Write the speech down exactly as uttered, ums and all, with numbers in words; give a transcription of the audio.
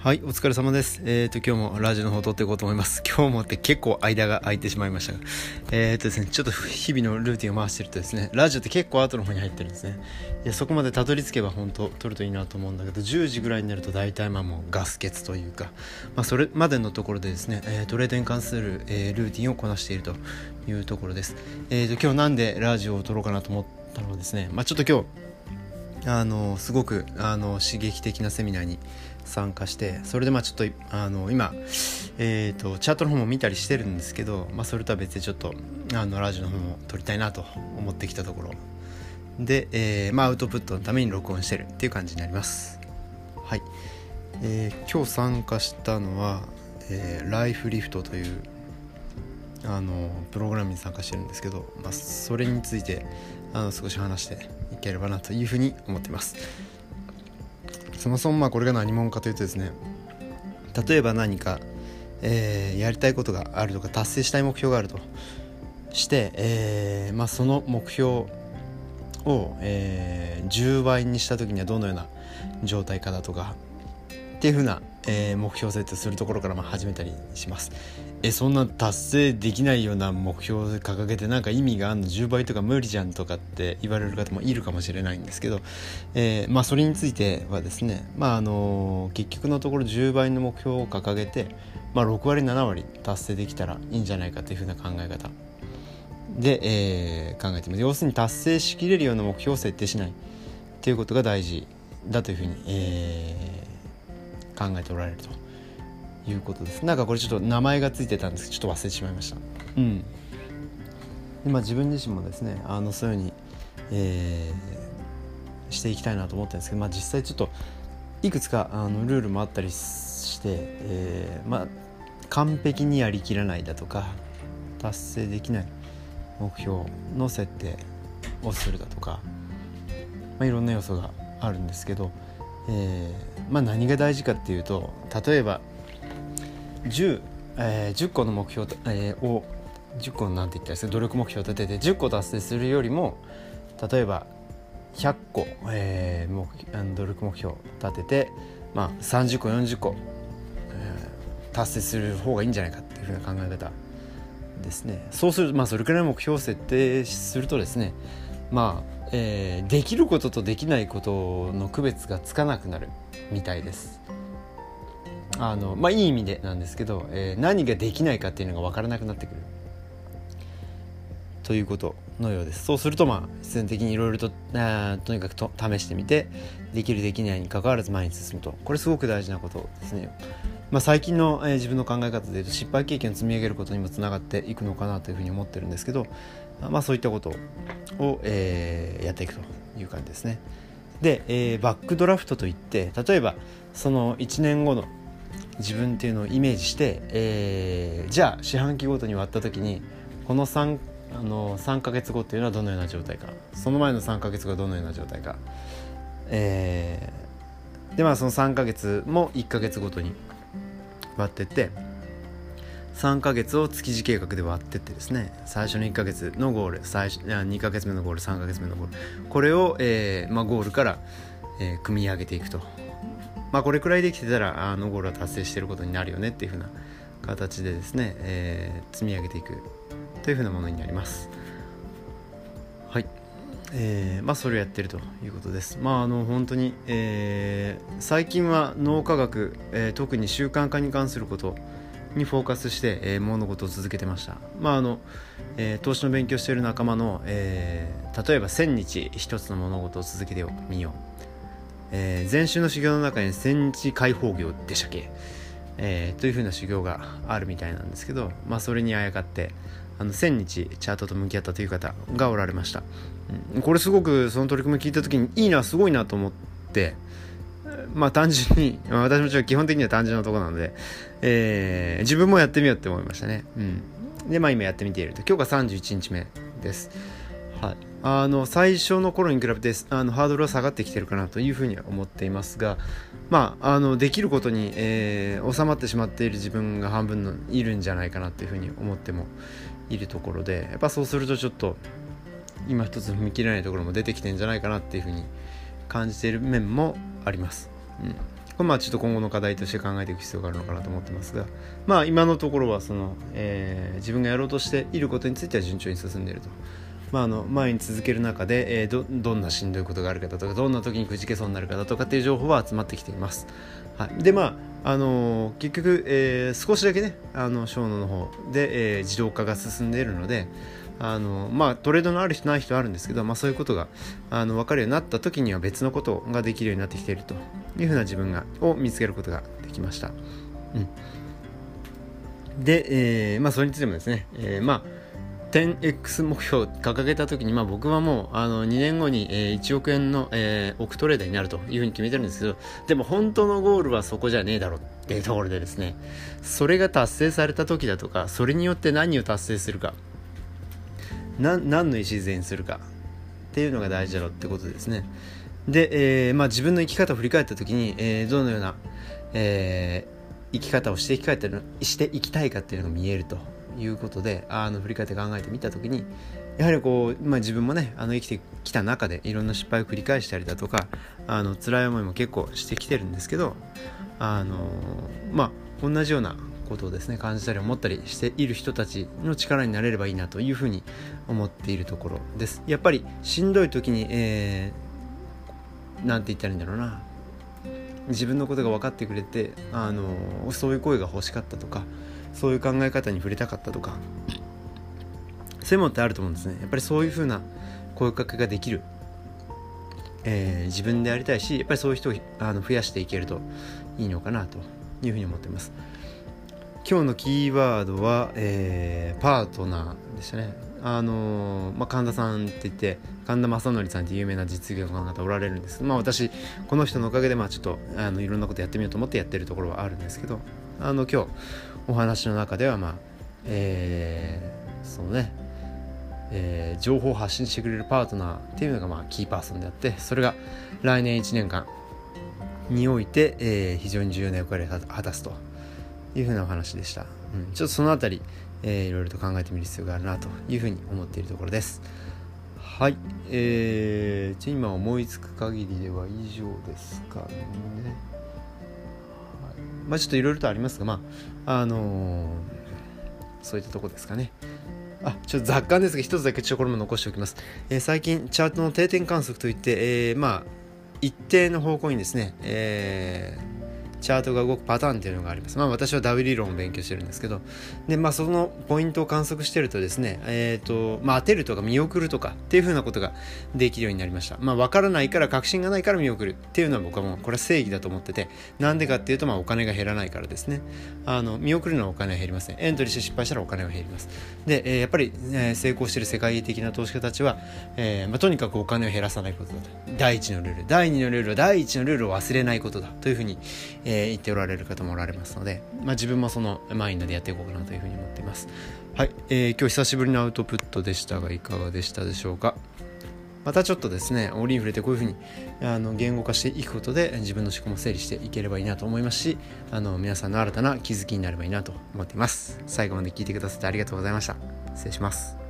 はい、お疲れ様です。えーと、今日もラジオの方を撮っていこうと思います。今日もって結構間が空いてしまいましたが、えーとですね、ちょっと日々のルーティンを回してるとですね、ラジオって結構後の方に入ってるんですね。いや、そこまでたどり着けば本当撮るといいなと思うんだけど、じゅうじぐらいになると大体まあもうガス欠というか、まあそれまでのところでですね、えー、トレードに関する、えー、ルーティンをこなしているというところです。えーと、今日なんでラジオを撮ろうかなと思ったのはですね、まあちょっと今日、あのすごくあの刺激的なセミナーに参加して、それでまあちょっとあの今、えー、とチャートの方も見たりしてるんですけど、まあ、それとは別でちょっとあのラジオの方も撮りたいなと思ってきたところで、えーまあ、アウトプットのために録音してるっていう感じになります。はい、えー、今日参加したのは、えー、ライフリフトというあのプログラムに参加してるんですけど、まあ、それについてあの少し話していければなというふうに思っています。そもそもまあこれが何者かというとですね、例えば何か、えー、やりたいことがあるとか達成したい目標があるとして、えーまあ、その目標を、えー、じゅうばいにした時にはどのような状態かだとかっていう風な、えー、目標設定するところからまあ始めたりします。えそんな達成できないような目標を掲げてなんか意味があるのじゅうばいとか無理じゃんとかって言われる方もいるかもしれないんですけど、えー、まあそれについてはですね、まああのー、結局のところじゅうばいの目標を掲げて、まあ、ろくわりななわり達成できたらいいんじゃないかという風な考え方で、えー、考えています。要するに達成しきれるような目標を設定しないということが大事だというふうに、えー、考えておられるということです。なんかこれちょっと名前がついてたんですけどちょっと忘れてしまいました。うん。で、まあ、自分自身もですねあのそういうふうに、えー、していきたいなと思ってるんですけど、まあ、実際ちょっといくつかあのルールもあったりして、えー、まあ完璧にやりきらないだとか達成できない目標の設定をするだとか、まあ、いろんな要素があるんですけど、えーまあ、何が大事かっていうと、例えば じゅう,、えー、じゅっこの目標、えー、をじゅっこのなんて言ったらいいですか、努力目標を立ててじゅっこ達成するよりも、例えばひゃっこ、えー、目あの努力目標を立てて、まあ、さんじゅっこよんじゅっこ、えー、達成する方がいいんじゃないかっていうふうな考え方ですね。そうすると、まあ、それくらいの目標を設定するとですね、まあえー、できることとできないことの区別がつかなくなるみたいです。あのまあいい意味でなんですけど、えー、何ができないかっていうのが分からなくなってくるということのようです。そうするとまあ必然的にいろいろとあとにかくと試してみて、できるできないに関わらず前に進むと、これすごく大事なことですね。まあ、最近の、えー、自分の考え方でいうと失敗経験を積み上げることにもつながっていくのかなというふうに思ってるんですけど、まあ、そういったことを、えー、やっていくという感じですね。で、えー、バックドラフトといって、例えばそのいちねんごの自分っていうのをイメージして、えー、じゃあ四半期ごとに割った時にこの 3, あのさんかげつごっていうのはどのような状態か、その前のさんかげつごはどのような状態か、えー、でまあそのさんかげつもいっかげつごとに割ってってさんかげつを月次計画で割ってってですね、最初のいっかげつのゴール、最初にかげつめのゴール、さんかげつめのゴール、これを、えーまあ、ゴールから、えー、組み上げていくと、まあ、これくらいできてたらあのゴールは達成していることになるよねっていう風な形でですね、えー、積み上げていくという風なものになります。はい、えー、まあそれをやってるということです。まああの本当に、えー、最近は脳科学、えー、特に習慣化に関することにフォーカスして、えー、物事を続けてました。まああの、えー、投資の勉強している仲間の、えー、例えばせんにち一つの物事を続けてみよう、えー、前週の修行の中に千日解放業でしたっけ、えー、というふうな修行があるみたいなんですけど、まあそれにあやかってあのせんにちチャートと向き合ったという方がおられました。うん、これすごくその取り組みを聞いた時にいいな、すごいなと思って、まあ単純に、まあ、私もちろん基本的には単純なところなので、えー、自分もやってみようって思いましたね。うん、でまあ今やってみていると、今日がさんじゅういちにちめです。はい、あの最初の頃に比べてあのハードルは下がってきてるかなというふうには思っていますが、まあ、あのできることに、えー、収まってしまっている自分が半分のいるんじゃないかなというふうに思ってもいるところで、やっぱそうするとちょっと今一つ踏み切れないところも出てきてるんじゃないかなっていうふうに感じている面もあります。うん、 これまあちょっと今後の課題として考えていく必要があるのかなと思ってますが、まあ今のところはその、えー、自分がやろうとしていることについては順調に進んでいると。まあ、あの前に続ける中で、えー、ど, どんなしんどいことがあるかだとか、どんな時にくじけそうになるかだとかっていう情報は集まってきています。はい、でまあ、あのー、結局、えー、少しだけねあの小脳の方で、えー、自動化が進んでいるので、あのー、まあトレードのある人ない人はあるんですけど、まあ、そういうことがあの分かるようになった時には別のことができるようになってきているというふうな自分がを見つけることができました。うん、で、えーまあ、それについてもですね、えー、まあテンエックス 目標を掲げた時に、まあ、僕はもうあのにねんごに、えー、いちおくえんの、えー、億トレーダーになるというふうに決めてるんですけど、でも本当のゴールはそこじゃねえだろっていうところでですね、それが達成された時だとか、それによって何を達成するか、な何の礎にするかっていうのが大事だろうってことですね。で、えーまあ、自分の生き方を振り返った時に、えー、どのような、えー、生き方をしていきたいしていきたいかっていうのが見えるということで、あの振り返って考えてみたときに、やはりこう、まあ、自分もねあの生きてきた中でいろんな失敗を繰り返したりだとか、あの辛い思いも結構してきてるんですけど、あのまあ同じようなことをですね感じたり思ったりしている人たちの力になれればいいなというふうに思っているところです。やっぱりしんどい時に、えー、なんて言ったらいいんだろうな、自分のことが分かってくれて、あのそういう声が欲しかったとか、そういう考え方に触れたかったとか、そういうものってあると思うんですね。やっぱりそういう風な声かけができる、えー、自分でやりたいし、やっぱりそういう人をあの増やしていけるといいのかなというふうに思っています。今日のキーワードは、えー、パートナーでしたね。あのーまあ、神田さんって言って神田正則さんっていう有名な実業家の方おられるんです。まあ私この人のおかげでまあちょっとあのいろんなことやってみようと思ってやってるところはあるんですけど、あの今日お話の中ではまあ、えー、そのね、えー、情報を発信してくれるパートナーっていうのがまあキーパーソンであって、それが来年いちねんかんにおいて、えー、非常に重要な役割を果たすというふうなお話でした。うん、ちょっとそのあたり、えー、いろいろと考えてみる必要があるなというふうに思っているところです。はい、えー、今思いつく限りでは以上ですかね。まあちょっといろいろとありますが、まああのー、そういったところですかね。あ、ちょっと雑感ですが一つだけちょっとこれも残しておきます。えー、最近チャートの定点観測といって、えー、まあ一定の方向にですね、えーチャートが動くパターンっていうのがあります。まあ私はダブ理論を勉強してるんですけど、でまあそのポイントを観測してるとですね、えっとまあ当てるとか見送るとかっていう風なことができるようになりました。まあ分からないから確信がないから見送るっていうのは僕はもうこれは正義だと思ってて、なんでかっていうとまあお金が減らないからですね。あの見送るのはお金は減りません。エントリーして失敗したらお金は減ります。で、えー、やっぱり、えー、成功している世界的な投資家たちは、えーまあ、とにかくお金を減らさないことだと。第一のルール、第二のルールは第一のルールを忘れないことだというふうに、えー、言っておられる方もおられますので、まあ、自分もそのマインドでやっていこうかなというふうに思っています。はい、えー、今日久しぶりのアウトプットでしたがいかがでしたでしょうか。またちょっとですね折に触れてこういうふうにあの言語化していくことで自分の思考も整理していければいいなと思いますし、あの皆さんの新たな気づきになればいいなと思っています。最後まで聞いてくださってありがとうございました。失礼します。